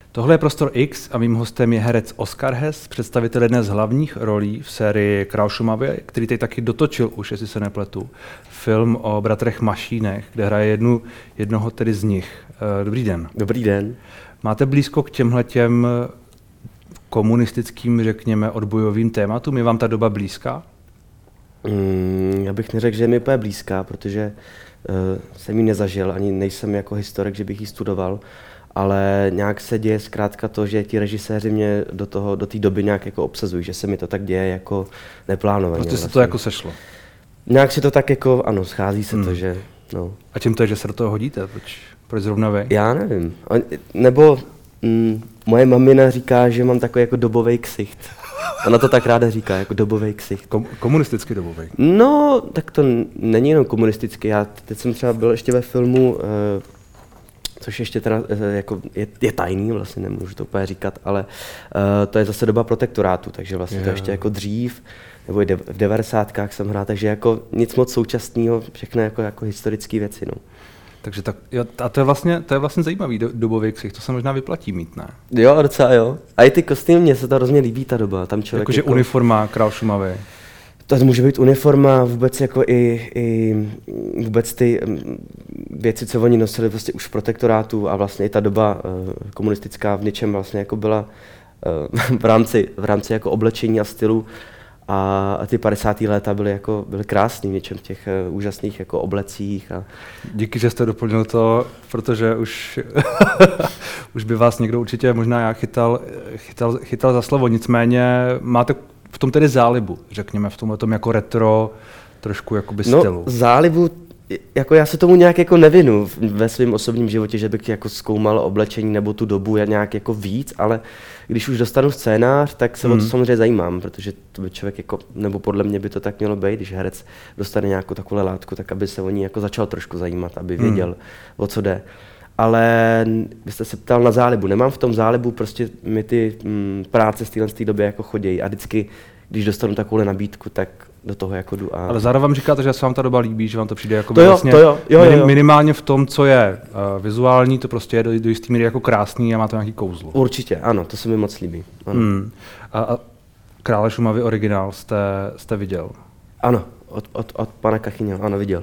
Tohle je Prostor X a mým hostem je herec Oskar Hess, představitel jedné z hlavních rolí v sérii Král Šumavy, který teď taky dotočil už, jestli se nepletu, film o bratrech Mašínech, kde hraje jednoho tedy z nich. Dobrý den. Dobrý den. Máte blízko k těmhletěm komunistickým, řekněme, odbojovým tématům? Je vám ta doba blízká? Já bych neřekl, že je mi úplně blízká, protože jsem ji nezažil, ani nejsem jako historik, že bych ji studoval, ale nějak se děje zkrátka to, že ti režiséři mě do té doby nějak jako obsazují, že se mi to tak děje jako neplánovaně. Prostě se to jako sešlo? Nějak si to tak jako, ano, schází se to, že no. A čím to je, že se do toho hodíte? Proč zrovna vy? Já nevím. Nebo moje mamina říká, že mám takový jako dobovej ksicht. Ona to tak ráda říká, jako dobovej ksicht. Komunistický dobovej? No, tak to není jenom komunistický. Já teď jsem třeba byl ještě ve filmu, což ještě teda jako je tajný, vlastně nemůžu to úplně říkat, ale to je zase doba protektorátu, takže vlastně to ještě jako dřív, nebo i v 90kách jsem hrál, takže jako nic moc současného, všechno jako historické věci, no. Takže tak, jo, a to je vlastně zajímavý dobový ksicht, to se možná vyplatí mít, ne? Jo, docela jo. A i ty kostýmy, mně se to hrozně líbí, ta doba, tam člověk Jakože jako uniforma Král Šumavy. To může být uniforma, vůbec jako i vůbec ty věci, co oni nosili vlastně už v protektorátu a vlastně i ta doba komunistická v něčem vlastně jako byla v rámci jako oblečení a stylu a ty 50. léta byly krásný v něčem v těch úžasných jako oblecích. Díky, že jste doplnil to, protože už by vás někdo určitě možná chytal za slovo, nicméně máte v tom tedy zálibu, řekněme, v tomhletom jako retro trošku jakoby stylu. No, zálibu, jako já se tomu nějak jako nevinu ve svém osobním životě, že bych jako zkoumal oblečení nebo tu dobu nějak jako víc, ale když už dostanu scénář, tak se o to samozřejmě zajímám, protože to by člověk jako, nebo podle mě by to tak mělo být, když herec dostane nějakou takovou látku, tak aby se o ní jako začal trošku zajímat, aby věděl, o co jde. Ale vy jste se ptal na zálibu. Nemám v tom zálibu, prostě mi ty práce z téhle doby jako chodějí a vždycky, když dostanu takovou nabídku, tak do toho jako jdu. Ale zároveň vám říkáte, že se vám ta doba líbí, že vám to přijde jako minimálně v tom, co je vizuální, to prostě je do jistý míry jako krásný a má to nějaký kouzlo. Určitě, ano, to se mi moc líbí. A Krále Šumavy originál jste viděl? Ano, od pana Kachyňa, ano, viděl.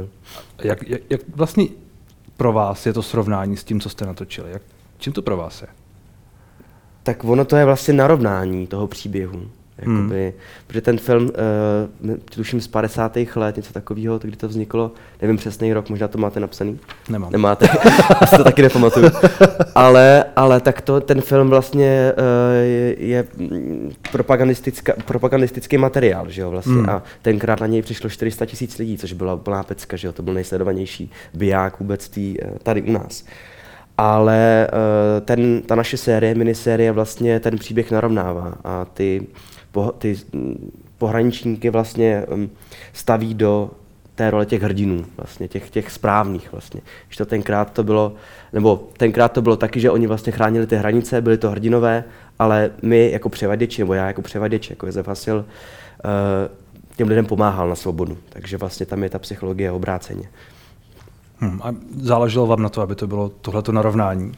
Jak vlastně pro vás je to srovnání s tím, co jste natočili? Čím to pro vás je? Tak ono to je vlastně narovnání toho příběhu. Jakoby, protože ten film, tuším z 50. let, něco takového, kdy to vzniklo, nevím přesný rok, možná to máte napsaný? Nemám. Nemáte, já to taky nepamatuju. Ale tak ten film vlastně je propagandistický materiál, že jo, vlastně. A tenkrát na něj přišlo 400 000 lidí, což byla plná pecka, že jo, to byl nejsledovanější biják vůbec tady u nás. Ale ta naše minisérie vlastně ten příběh narovnává a ty pohraničníky vlastně staví do té role těch hrdinů, vlastně těch správných vlastně. Když tenkrát to bylo taky, že oni vlastně chránili ty hranice, byli to hrdinové, ale my jako převaděči, nebo já jako převaděč, jako Josef Hasil, těm lidem pomáhal na svobodu. Takže vlastně tam je ta psychologie obráceně. A záleželo vám na to, aby to bylo tohleto narovnání?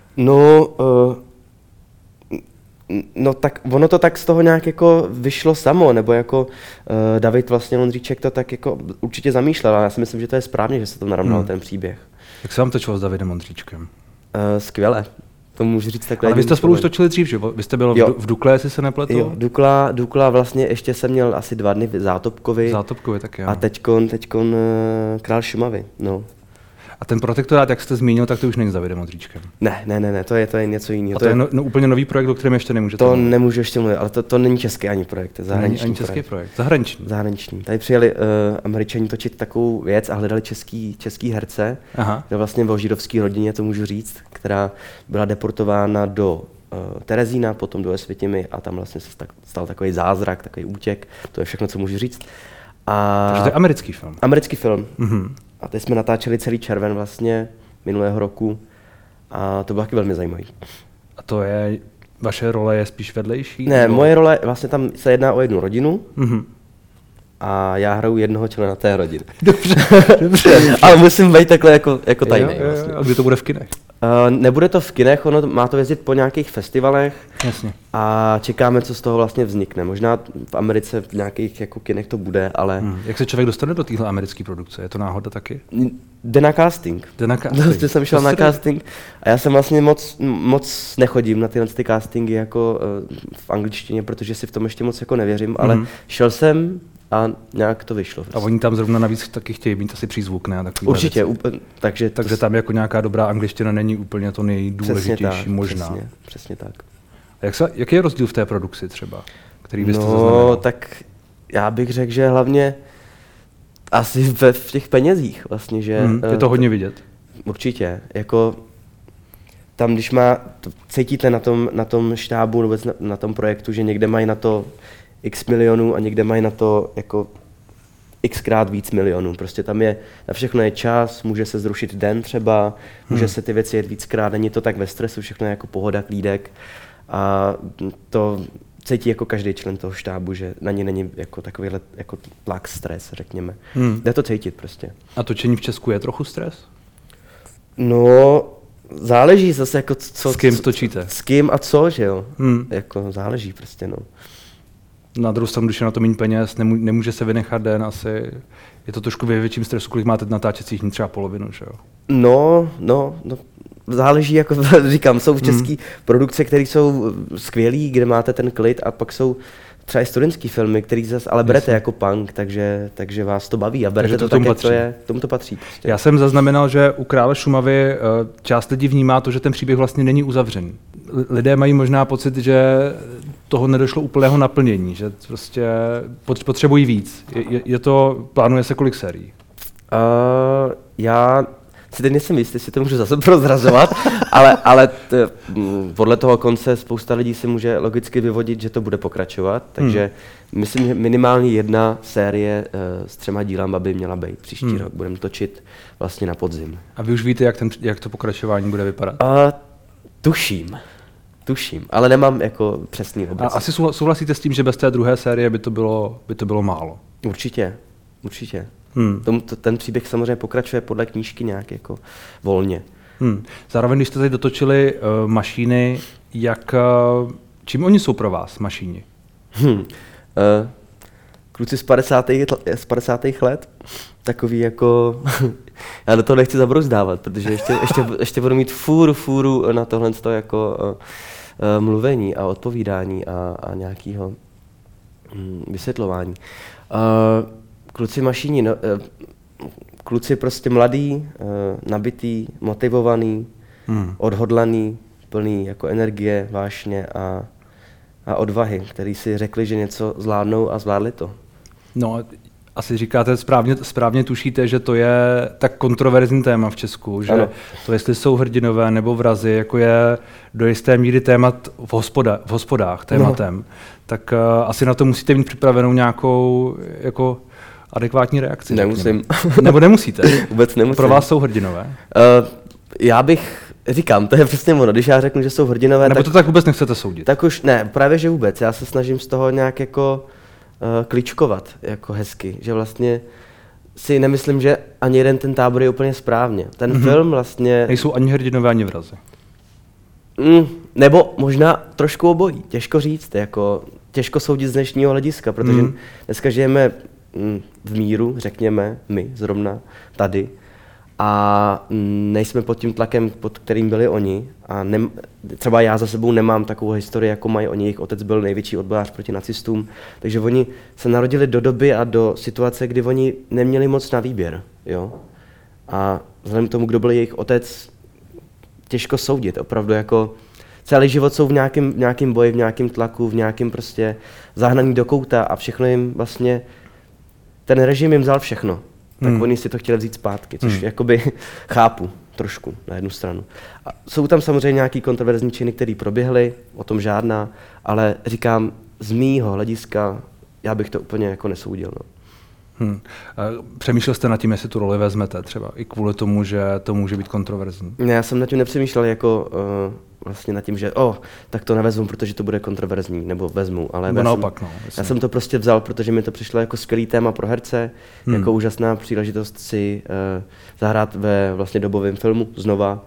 No tak ono to tak z toho nějak jako vyšlo samo, nebo jako David vlastně Ondříček to tak jako určitě zamýšlel, ale já si myslím, že to je správně, že se to narovnal ten příběh. Jak se vám točilo s Davidem Ondříčkem? Skvěle. To můžu říct takhle. Ale vy jste spolu už točili dřív, že? Vy jste byl v Dukle, jestli se nepletu? Jo, Dukla vlastně ještě jsem měl asi 2 dny v Zátopkovi. Tak jo. A teďkon Král Šumavy, no. A ten protektorát, jak jste zmínil, tak to už není s Davidem Ondříčkem. Ne, to je něco jiného. A to je úplně nový projekt, o kterém ještě nemůžete mluvit. To nemůžu ještě mluvit, ale to není český ani projekt, to je zahraniční ani český projekt. Zahraniční. Tady přijeli Američani točit takovou věc a hledali český herce. Aha. To vlastně o židovské rodině, to můžu říct, která byla deportována do Terezína, potom do Osvětimi a tam vlastně se stal takový zázrak, takový útěk. To je všechno, co můžu říct. Takže to je americký film. Americký film. A teď jsme natáčeli celý červen vlastně minulého roku a to bylo taky velmi zajímavý. A to je, vaše role je spíš vedlejší? Ne, moje role, vlastně tam se jedná o jednu rodinu a já hraju jednoho člena té rodiny. Dobře. Ale musím být takhle jako tajný. A kdy to bude v kinech? Nebude to v kinech, ono má to jezdit po nějakých festivalech. Jasně. A čekáme, co z toho vlastně vznikne. Možná v Americe v nějakých jako kinech to bude, ale... Jak se člověk dostane do téhle americké produkce? Je to náhoda taky? Jde na casting. Vlastně jsem šel na casting a já jsem vlastně moc nechodím na tyhle ty castingy jako v angličtině, protože si v tom ještě moc jako nevěřím, ale šel jsem a nějak to vyšlo. A oni tam zrovna navíc taky chtějí mít asi přízvuk, ne? Určitě, takže tam jako nějaká dobrá angličtina není úplně to nejdůležitější možná. Přesně tak. A jaký je rozdíl v té produkci třeba, který byste zaznamenal? Tak já bych řekl, že hlavně asi v těch penězích vlastně, že... Je to hodně vidět. Určitě, jako tam, když cítíte na tom štábu nebo na tom projektu, že někde mají na to x milionů a někde mají na to jako xkrát víc milionů. Prostě tam je, na všechno je čas, může se zrušit den třeba, může se ty věci jet víckrát, není to tak ve stresu, všechno je jako pohoda, klídek. A to cítí jako každý člen toho štábu, že na ně není jako takovýhle jako tlak, stres, řekněme. Jde to cítit prostě. A točení v Česku je trochu stres? No, záleží zase jako co... S kým točíte? S kým a co, že jo? Jako záleží prostě, no. Na druhou stranu, když je na to méně peněz, nemůže se vynechat den, asi je to trošku ve větším stresu, kolik máte natáčecích dní, třeba polovinu, že jo? No, záleží, jako říkám, jsou v české produkce, které jsou skvělý, kde máte ten klid a pak jsou třeba i studentský filmy, který zase ale berete jako punk, takže vás to baví a berete to tak, jak to je, tomu to patří. Prostě. Já jsem zaznamenal, že u Krále Šumavy část lidí vnímá to, že ten příběh vlastně není uzavřený. Lidé mají možná pocit, že toho nedošlo úplného naplnění, že prostě potřebují víc. Plánuje se kolik sérií? Já si teď nejsem jistý, jestli to můžu zase prozrazovat, ale podle toho konce spousta lidí si může logicky vyvodit, že to bude pokračovat, takže myslím, že minimálně jedna série s 3 dílama by měla být příští rok. Budeme točit vlastně na podzim. A vy už víte, jak to pokračování bude vypadat? Tuším, ale nemám jako přesný obraz. A asi souhlasíte s tím, že bez té druhé série by to bylo málo? Určitě. Ten příběh samozřejmě pokračuje podle knížky nějak jako volně. Zároveň, když jste tady dotočili Mašíny, čím oni jsou pro vás, Mašíni? Kluci z 50. let, takový jako, já do toho nechci zabrouzdávat, protože ještě budu mít fůru na tohle jako mluvení a odpovídání a nějakého vysvětlování. Kluci Mašíni, kluci prostě mladý, nabitý, motivovaný, odhodlaný, plný jako energie, vášně a odvahy, který si řekli, že něco zvládnou a zvládli to. No, asi říkáte, správně tušíte, že to je tak kontroverzní téma v Česku, že ano. To, jestli jsou hrdinové nebo vrazi, jako je do jisté míry témat v hospodách tématem, tak asi na to musíte mít připravenou nějakou jako adekvátní reakci. Nemusím. Nebo nemusíte? Vůbec nemusím. Pro vás jsou hrdinové? Já bych, říkám, to je přesně ono, když já řeknu, že jsou hrdinové, nebo to tak vůbec nechcete soudit? Tak už ne, právě že vůbec. Já se snažím z toho nějak jako kličkovat jako hezky, že vlastně si nemyslím, že ani jeden ten tábor je úplně správně. Ten film vlastně... Nejsou ani hrdinové, ani vrazi. Nebo možná trošku obojí, těžko říct, jako těžko soudit z dnešního hlediska, protože dneska žijeme v míru, řekněme, my zrovna tady, a nejsme pod tím tlakem, pod kterým byli oni. A třeba já za sebou nemám takovou historii, jako mají oni. Jejich otec byl největší odbojář proti nacistům. Takže oni se narodili do doby a do situace, kdy oni neměli moc na výběr. Jo? A vzhledem k tomu, kdo byl jejich otec, těžko soudit. Opravdu jako celý život jsou v nějakém boji, v nějakém tlaku, v nějakém prostě zahnaní do kouta a všechno jim vlastně, ten režim jim vzal všechno. Tak oni si to chtěli vzít zpátky, což jakoby chápu trošku na jednu stranu. A jsou tam samozřejmě nějaký kontroverzní činy, které proběhly, o tom žádná, ale říkám, z mýho hlediska, já bych to úplně jako nesoudil. No. Přemýšlel jste nad tím, jestli tu roli vezmete třeba i kvůli tomu, že to může být kontroverzní? Ne, já jsem nad tím nepřemýšlel jako vlastně nad tím, že tak to nevezmu, protože to bude kontroverzní, nebo vezmu, ale naopak, já jsem to prostě vzal, protože mi to přišlo jako skvělý téma pro herce, jako úžasná příležitost si zahrát ve vlastně dobovém filmu znova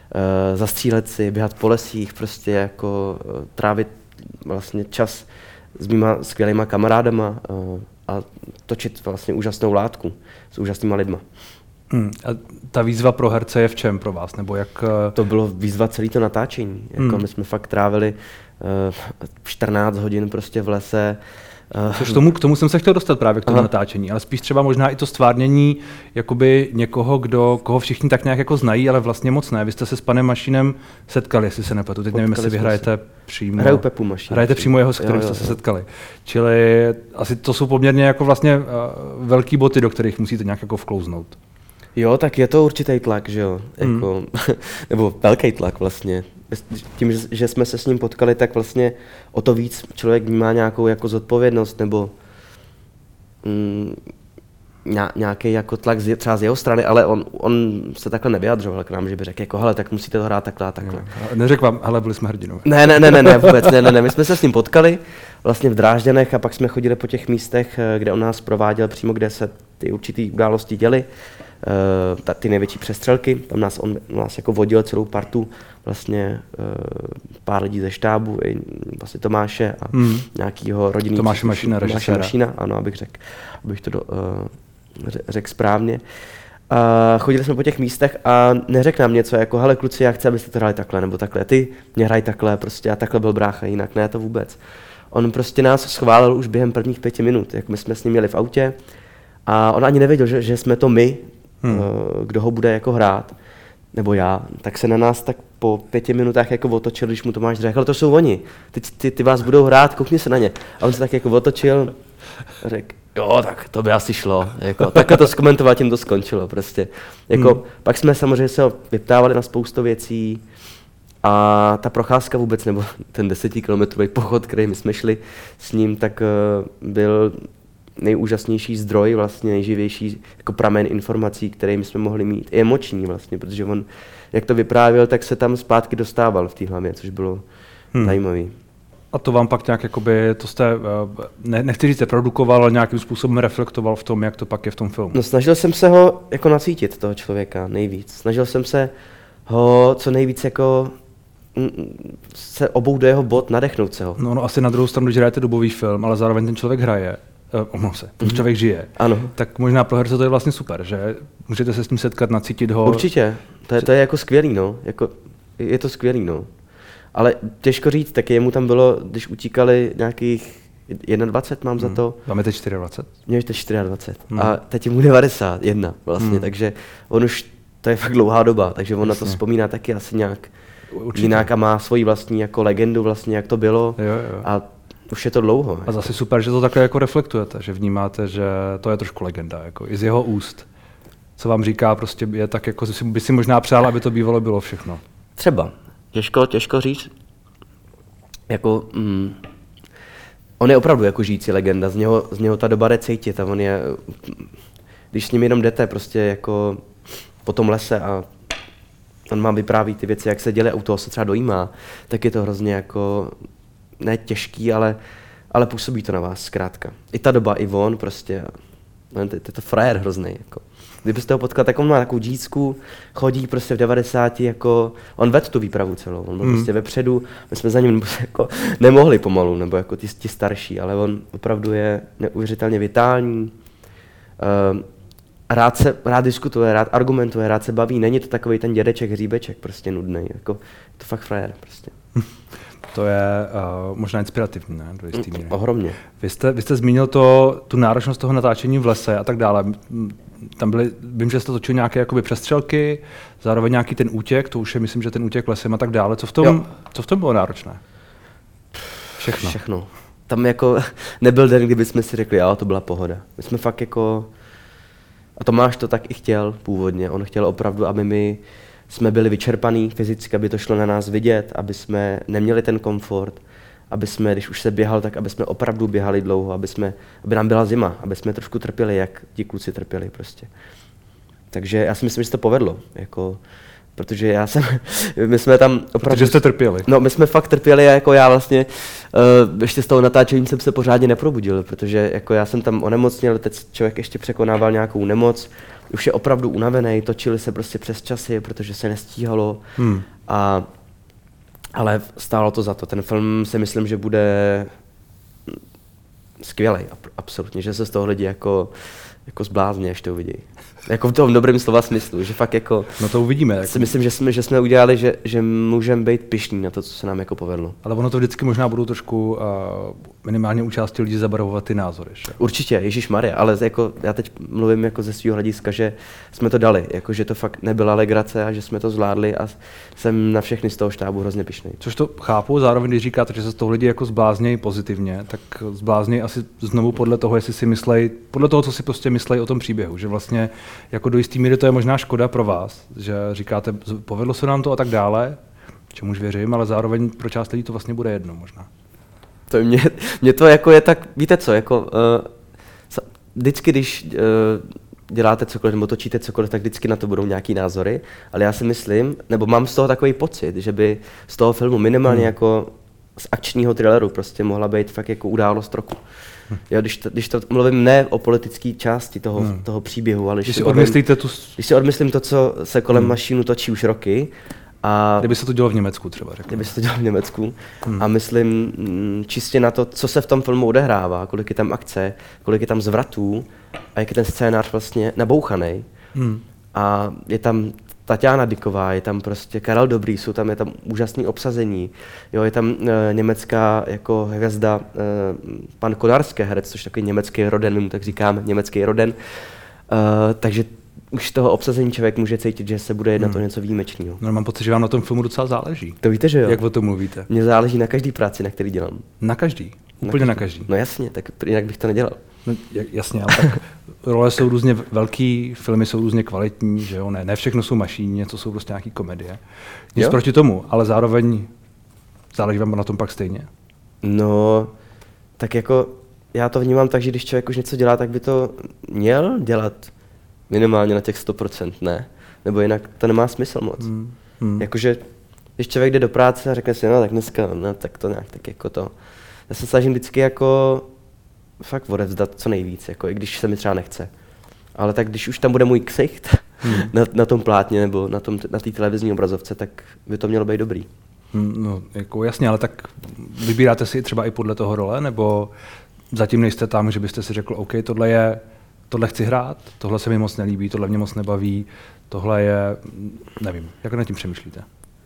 zastřílet si, běhat po lesích, prostě jako trávit vlastně čas s mýma skvělýma kamarádama a točit vlastně úžasnou látku s úžasnýma lidma. A ta výzva pro herce je v čem pro vás? Nebo jak... To bylo výzva celé to natáčení. Jako my jsme fakt trávili 14 hodin prostě v lese. K tomu jsem se chtěl dostat právě k tomu natáčení, ale spíš třeba možná i to stvárnění jakoby někoho, koho všichni tak nějak jako znají, ale vlastně moc ne. Vy jste se s panem Mašínem setkali, jestli se nepletu. Teď nevím, jestli vy hrajete přímo. Hraju Pepu Mašín. Hrajete přímo jeho, s kterým jste se setkali. Čili asi to jsou poměrně jako vlastně velký boty, do kterých musíte nějak jako vklouznout. Jo, tak je to určitý tlak, že jo, jako, nebo velký tlak vlastně. Tím, že jsme se s ním potkali, tak vlastně o to víc člověk má nějakou jako zodpovědnost nebo nějaký jako tlak třeba z jeho strany, ale on se takhle nevyjadřoval k nám, že by řekl jako, hele, tak musíte to hrát takhle a takhle. Neřekl vám, hele, byli jsme hrdinové. Ne, vůbec, ne, my jsme se s ním potkali vlastně v Drážďanech a pak jsme chodili po těch místech, kde on nás prováděl přímo, kde se ty určitý události děly, ty největší přestřelky, tam on nás jako vodil celou partu, vlastně pár lidí ze štábu, i vlastně Tomáše a nějakýho rodinného Tomáše Mašína, režiséra. Mašína, ano, abych to řekl správně. Chodili jsme po těch místech a neřekl nám něco jako, hele kluci, já chci, abyste to hráli takhle, nebo takhle, ty mě hrají takhle, prostě a takhle byl brácha, jinak ne, to vůbec. On prostě nás schválil už během prvních 5 minut, jak my jsme s ním jeli v autě a on ani nevěděl, že jsme to my, kdo ho bude jako hrát, nebo já, tak se na nás tak po 5 minutách jako otočil, když mu Tomáš řekl, ale to jsou oni, ty vás budou hrát, koukni se na ně. A on se tak jako otočil a řekl, jo, tak to by asi šlo, jako, takhle to zkomentovat, tím to skončilo prostě. Jako, pak jsme samozřejmě se vyptávali na spoustu věcí a ta procházka vůbec, nebo ten 10kilometrový pochod, který my jsme šli s ním, tak byl nejúžasnější zdroj, vlastně nejživější jako pramen informací, které my jsme mohli mít, i emoční vlastně, protože on, jak to vyprávěl, tak se tam zpátky dostával v té hlavě, což bylo zajímavý. A to vám pak nějak, jakoby, to jste, nechci říct, produkoval, ale nějakým způsobem reflektoval v tom, jak to pak je v tom filmu? No snažil jsem se ho jako nacítit, toho člověka, nejvíc. Snažil jsem se ho co nejvíc jako se obout do jeho bod, nadechnout se ho. No asi na druhou stranu, když hrajete dobový film, ale zároveň ten člověk hraje, ten člověk žije, ano. Tak možná pro herce to je vlastně super, že můžete se s tím setkat, nacítit ho. Určitě, to je jako skvělý, no. Jako, je to skvělý, no. Ale těžko říct, tak jemu tam bylo, když utíkali nějakých 21, mám za to. Máme teď 24. Mě už teď 24. A teď je mu 91 vlastně, takže on už, to je fakt dlouhá doba, takže on na to vzpomíná taky asi nějak jinak a má svoji vlastní jako legendu vlastně, jak to bylo. Jo. A už je to dlouho. A zase super, že to takhle jako reflektujete, že vnímáte, že to je trošku legenda, jako i z jeho úst. Co vám říká, prostě je tak, jako by si možná přál, aby to bývalo bylo všechno. Třeba. Těžko říct. Jako, on je opravdu jako žijící legenda, z něho ta doba jde cítit a on je, když s ním jenom jdete prostě jako po tom lese a on vám vypráví ty věci, jak se dělá, u toho se třeba dojímá, tak je to hrozně jako, ne těžký, ale působí to na vás zkrátka. I ta doba, i on prostě, je to frajer hrozný. Jako. Kdybyste ho potkal, tak on má takovou džícku, chodí prostě v 90, jako, on vedl tu výpravu celou, on byl prostě vepředu, my jsme za ním jako nemohli pomalu, nebo jako ti starší, ale on opravdu je neuvěřitelně vitální, rád diskutuje, rád argumentuje, rád se baví, není to takový ten dědeček, hříbeček, prostě nudný, jako, je to fakt frajer prostě. To je možná inspirativní, ne? Do jistý míry. Ohromně. Vy jste zmínil tu náročnost toho natáčení v lese a tak dále. Tam vím, že jste točil nějaké jakoby přestřelky, zároveň nějaký ten útěk, to už je, myslím, že ten útěk lesem a tak dále. Co v tom bylo náročné? Všechno. Tam jako nebyl den, kdyby jsme si řekli, jo, to byla pohoda. My jsme fakt jako, a Tomáš to tak i chtěl původně, on chtěl opravdu, aby my jsme byli vyčerpaný fyzicky, aby to šlo na nás vidět, aby jsme neměli ten komfort, aby jsme, když už se běhal, tak aby jsme opravdu běhali dlouho, aby nám byla zima, aby jsme trošku trpěli, jak ti kluci trpěli prostě. Takže já si myslím, že se to povedlo. Jako, Protože my jsme tam opravdu... Protože jste trpěli. No, my jsme fakt trpěli a jako já vlastně ještě z toho natáčení jsem se pořádně neprobudil, protože jako já jsem tam onemocněl, teď člověk ještě překonával nějakou nemoc, už je opravdu unavený, točili se prostě přes časy, protože se nestíhalo. Ale stálo to za to. Ten film si myslím, že bude skvělej, absolutně, že se z toho lidi jako zblázní, až to uvidí. Jako v tom dobrém slova smyslu, že fakt jako... No to uvidíme. Si myslím, že jsme udělali, že můžeme být pyšní na to, co se nám jako povedlo. Ale ono to vždycky možná budou trošku minimálně u části lidí zabarvovat ty názory. Že? Určitě, ježišmarja, ale jako já teď mluvím jako ze svého hlediska, že jsme to dali, jako že to fakt nebyla legrace a že jsme to zvládli a jsem na všechny z toho štábu hrozně pyšný. Což to chápu, zároveň když říkáte, že se z toho lidi jako zbláznějí pozitivně, tak zbláznějí asi znovu podle toho, jestli si myslej, podle toho, co si prostě myslejí o tom příběhu, že vlastně jako do jistý míry to je možná škoda pro vás, že říkáte, povedlo se nám to a tak dále, čemuž věřím, ale zároveň pro část lidí to vlastně bude jedno možná. To mě to jako je tak, víte co, jako vždycky, když děláte cokoliv nebo točíte cokoliv, tak vždycky na to budou nějaký názory, ale já si myslím, nebo mám z toho takový pocit, že by z toho filmu minimálně jako z akčního thrilleru prostě mohla být fakt jako událost roku. Jo, když to mluvím ne o politické části toho příběhu, ale když si odmyslím to, co se kolem mašínu točí už roky. A kdyby se to dělo v Německu třeba, řeknu. Kdyby se to dělo v Německu. A myslím čistě na to, co se v tom filmu odehrává, kolik je tam akce, kolik je tam zvratů a jak je ten scénář vlastně nabouchaný. A je tam Tatiana Dyková, je tam prostě Karel Dobrý, je tam úžasné obsazení, jo, je tam německá jako hvězda, pan Konarský herec, což takový německý roden, my tak říkáme, německý roden, takže už toho obsazení člověk může cítit, že se bude jednat o něco výjimečného. No, mám pocit, že vám na tom filmu docela záleží. To víte, že jo? Jak o tom mluvíte? Mně záleží na každý práci, na který dělám. Na každý? Úplně na každý? No jasně, tak jinak bych to nedělal. No, jasně, ale tak role jsou různě velký, filmy jsou různě kvalitní, že jo, ne všechno jsou mašíny, něco jsou prostě nějaký komedie. Nic proti tomu, ale zároveň záleží vám na tom pak stejně. No, tak jako já to vnímám tak, že když člověk už něco dělá, tak by to měl dělat minimálně na těch 100%, ne? Nebo jinak to nemá smysl moc. Jakože, když člověk jde do práce a řekne si, no tak dneska, no tak to nějak, tak jako to. Já se snažím vždycky jako fakt odevzdat co nejvíc, jako i když se mi třeba nechce. Ale tak když už tam bude můj ksicht na tom plátně nebo na té televizní obrazovce, tak by to mělo být dobrý. No, jako jasně, ale tak vybíráte si třeba i podle toho role, nebo zatím nejste tam, že byste si řekl, OK, tohle chci hrát, tohle se mi moc nelíbí, tohle mě moc nebaví, tohle je, nevím, jak nad tím přemýšlíte?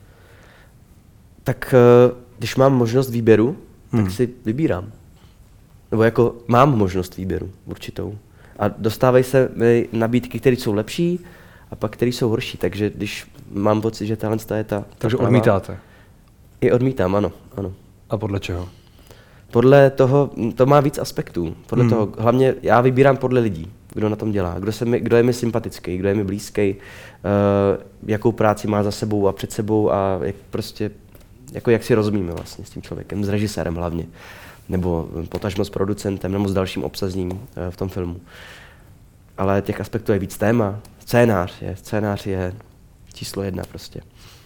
Tak když mám možnost výběru, tak si vybírám. Nebo jako mám možnost výběru určitou. A dostávají se nabídky, které jsou lepší a pak které jsou horší. Takže když mám pocit, že tahle je ta... Takže odmítáte? I odmítám, ano. A podle čeho? Podle toho, to má víc aspektů. Podle toho, hlavně já vybírám podle lidí, kdo na tom dělá, kdo je mi sympatický, kdo je mi blízký, jakou práci má za sebou a před sebou a jak si rozumíme vlastně s tím člověkem, s režisérem hlavně. Nebo potažmo s producentem, nebo s dalším obsazením v tom filmu. Ale těch aspektů je víc téma. Scénář je číslo 1 prostě.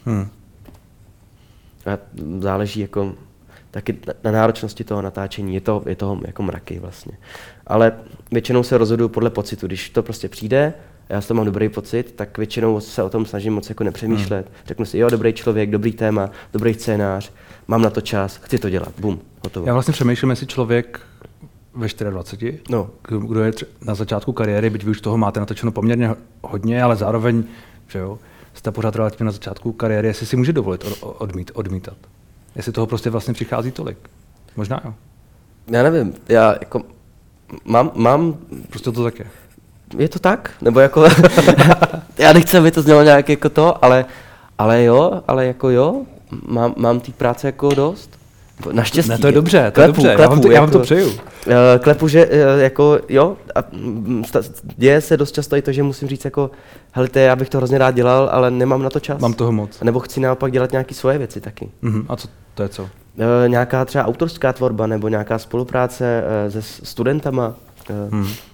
A záleží jako taky na náročnosti toho natáčení, je toho jako mraky vlastně. Ale většinou se rozhoduju podle pocitu, když to prostě přijde, já z toho mám dobrý pocit, tak většinou se o tom snažím moc jako nepřemýšlet. Řeknu si, jo, dobrý člověk, dobrý téma, dobrý scénář, mám na to čas, chci to dělat, bum, hotovo. Já vlastně přemýšlím, jestli člověk ve 24, kdo je na začátku kariéry, byť vy už toho máte natočeno poměrně hodně, ale zároveň, že jo, jste pořád relativně na začátku kariéry, jestli si může dovolit odmítat. Jestli toho prostě vlastně přichází tolik. Možná jo. Já nevím, já jako mám... Prostě to tak je. Je to tak? Nebo jako... já nechci, aby to znělo nějak jako to, ale jako jo, mám té práce jako dost. Naštěstí. Ne, to je dobře, já vám to přeju. Klepu, že jako jo, a děje se dost často i to, že musím říct jako, hele, já bych to hrozně rád dělal, ale nemám na to čas. Mám toho moc. Nebo chci naopak dělat nějaké svoje věci taky. A co to je co? Nějaká třeba autorská tvorba nebo nějaká spolupráce se studentama.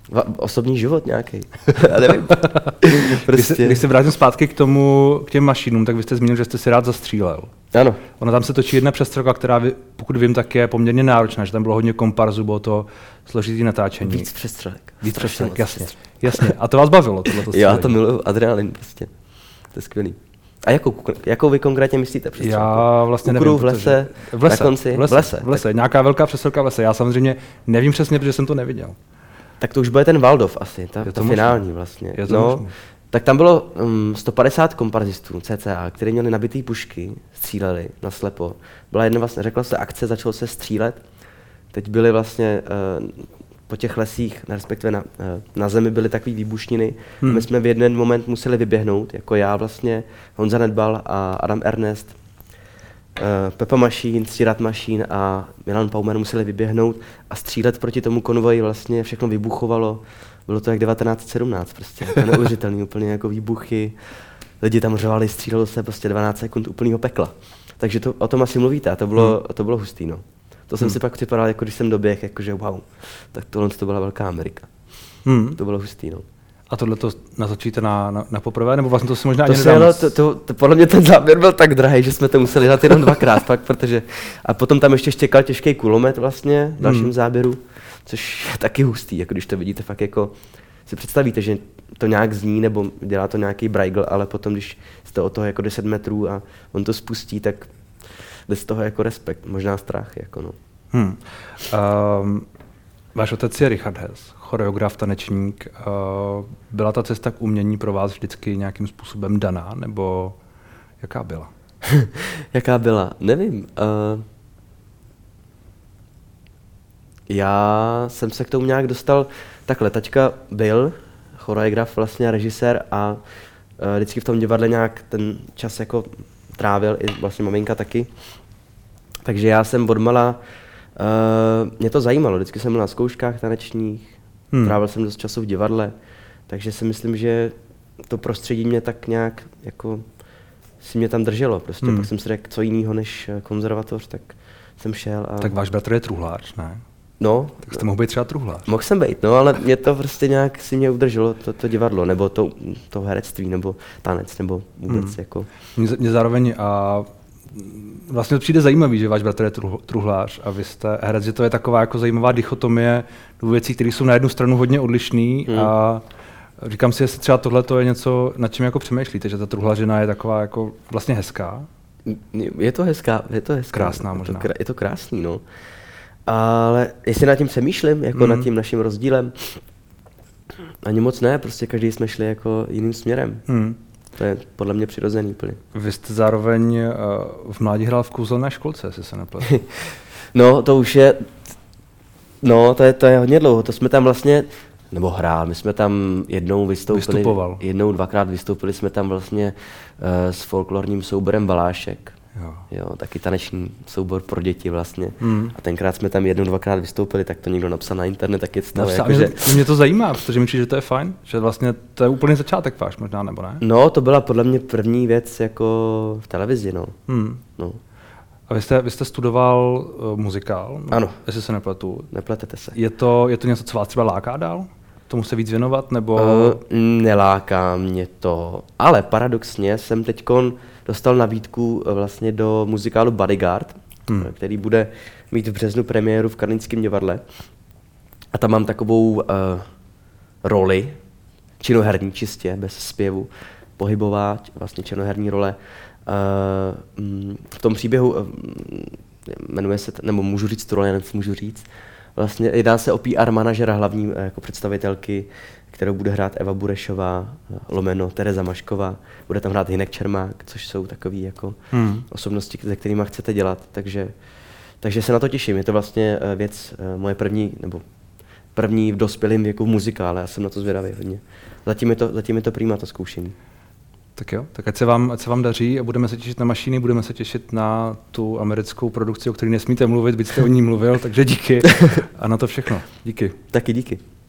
Osobní život nějaký. Nevím. Prostě. Když se vrátím zpátky k těm mašinům, tak vy jste zmínil, že jste si rád zastřílel. Ano. Ona tam se točí jedna přestřelka, která, pokud vím, tak je poměrně náročná, že tam bylo hodně komparzů, bylo to složitý natáčení. Víc přestřelek. Víc přestřelek, jasně. A to vás bavilo, tohleto? Já to miluju, adrenalin prostě. To je skvělý. A jakou vy konkrétně myslíte přestřelku? Já vlastně nevím, v lese, na konci? V lese. Nějaká velká přestřelka v lese. Já samozřejmě nevím přesně, protože jsem to neviděl. Tak to už bude ten Waldorf asi, ta finální vlastně. Tak tam bylo 150 komparzistů cca, kteří měli nabitý pušky, stříleli na slepo. Byla jedna vlastně, řekla se akce, začalo se střílet. Teď byly vlastně po těch lesích, respektive na zemi byly takové výbušniny. My jsme v jeden moment museli vyběhnout, jako já vlastně, Honza Nedbal a Adam Ernest, Pepa Mašín, Ctirat Mašín a Milan Paumer museli vyběhnout a střílet proti tomu konvoji, vlastně všechno vybuchovalo. Bylo to jak 1917, prostě to neuvěřitelný, úplně jako výbuchy. Lidi tam řvali, střílelo se prostě 12 sekund úplného pekla. Takže o tom asi mluvíte a to bylo hustý, no. To jsem si pak připadal, jako když jsem doběh, jakože wow, tak tohle to byla velká Amerika. To bylo hustý, no. A tohle to natočíte na poprvé, nebo vlastně to si možná ani nedám? To podle mě ten záběr byl tak drahý, že jsme to museli dát jenom dvakrát, fakt, protože a potom tam ještě štěkal těžký kulomet vlastně v dalším záběru, což je taky hustý, jako když to vidíte fakt jako, si představíte, že to nějak zní, nebo dělá to nějaký brajgl, ale potom, když jste od toho jako 10 metrů a on to spustí, tak jde z toho jako respekt, možná strach, jako no. Váš otec je Richard Hess, choreograf, tanečník. Byla ta cesta k umění pro vás vždycky nějakým způsobem daná, nebo jaká byla? Jaká byla? Nevím. Já jsem se k tomu nějak dostal, takhle, taťka byl choreograf, vlastně režisér a vždycky v tom divadle nějak ten čas jako trávil, i vlastně maminka taky. Takže já jsem odmala, mě to zajímalo, vždycky jsem byl na zkouškách tanečních, trávil jsem dost času v divadle, takže si myslím, že to prostředí mě tak nějak jako si mě tam drželo, prostě pak jsem si řekl, co jinýho než konzervatoř, tak jsem šel a... Tak váš bratr je truhlář, ne? No. Tak jste mohl být třeba truhlář. Mohl jsem být, no, ale mě to prostě nějak si mě udrželo, to divadlo, nebo to herectví, nebo tanec, nebo vůbec jako... Mě zároveň vlastně to přijde zajímavý, že váš bratr je truhlář a vy jste herec, že to je taková jako zajímavá dichotomie dvou věcí, které jsou na jednu stranu hodně odlišný a říkám si, jestli třeba tohle je něco, nad čím jako přemýšlíte, že ta truhlařina je taková jako vlastně hezká. Je to hezká. Krásná možná. Je to krásný, no. Ale jestli nad tím přemýšlím, jako nad tím naším rozdílem, ani moc ne, prostě každý jsme šli jako jiným směrem. To je podle mě přirozený úplně. Vy jste zároveň v mládí hrál v kouzelné školce, jestli se nepletu. No, to už je, to je hodně dlouho, to jsme tam vlastně, nebo hrál, my jsme tam jednou, dvakrát vystoupili jsme tam vlastně s folklorním souborem Balášek. Jo, taky taneční soubor pro děti vlastně. A tenkrát jsme tam jednou, dvakrát vystoupili, tak to někdo napsal na internet, tak je to jako, že... Mě to zajímá, protože mi přijde, že to je fajn, že vlastně to je úplně začátek váš možná, nebo ne? No, to byla podle mě první věc jako v televizi, no. No. A vy jste studoval muzikál? Ano. Jestli se nepletu. Nepletete se. Je to něco, co vás třeba láká dál? Tomu se víc věnovat, nebo? Neláká mě to, ale paradoxně jsem teďkon dostal nabídku vlastně do muzikálu Bodyguard, který bude mít v březnu premiéru v Karlínském divadle. A tam mám takovou roli, činoherní čistě, bez zpěvu, pohybová, vlastně činoherní role. V tom příběhu jmenuje se, nebo můžu říct tu roli, můžu říct, vlastně jedná se o PR manažera hlavní jako představitelky, kterou bude hrát Eva Burešová, lomeno Tereza Mašková, bude tam hrát Hinek Čermák, což jsou takový jako osobnosti, se kterými chcete dělat, takže se na to těším. Je to vlastně věc moje první v dospělém věku v muzikále, já jsem na to zvědavý hodně. Zatím je to prima to zkoušení. Tak jo, tak ať se vám daří a budeme se těšit na Mašíny, budeme se těšit na tu americkou produkci, o které nesmíte mluvit, byť jste o ní mluvil, takže díky a na to všechno. Díky. Taky díky.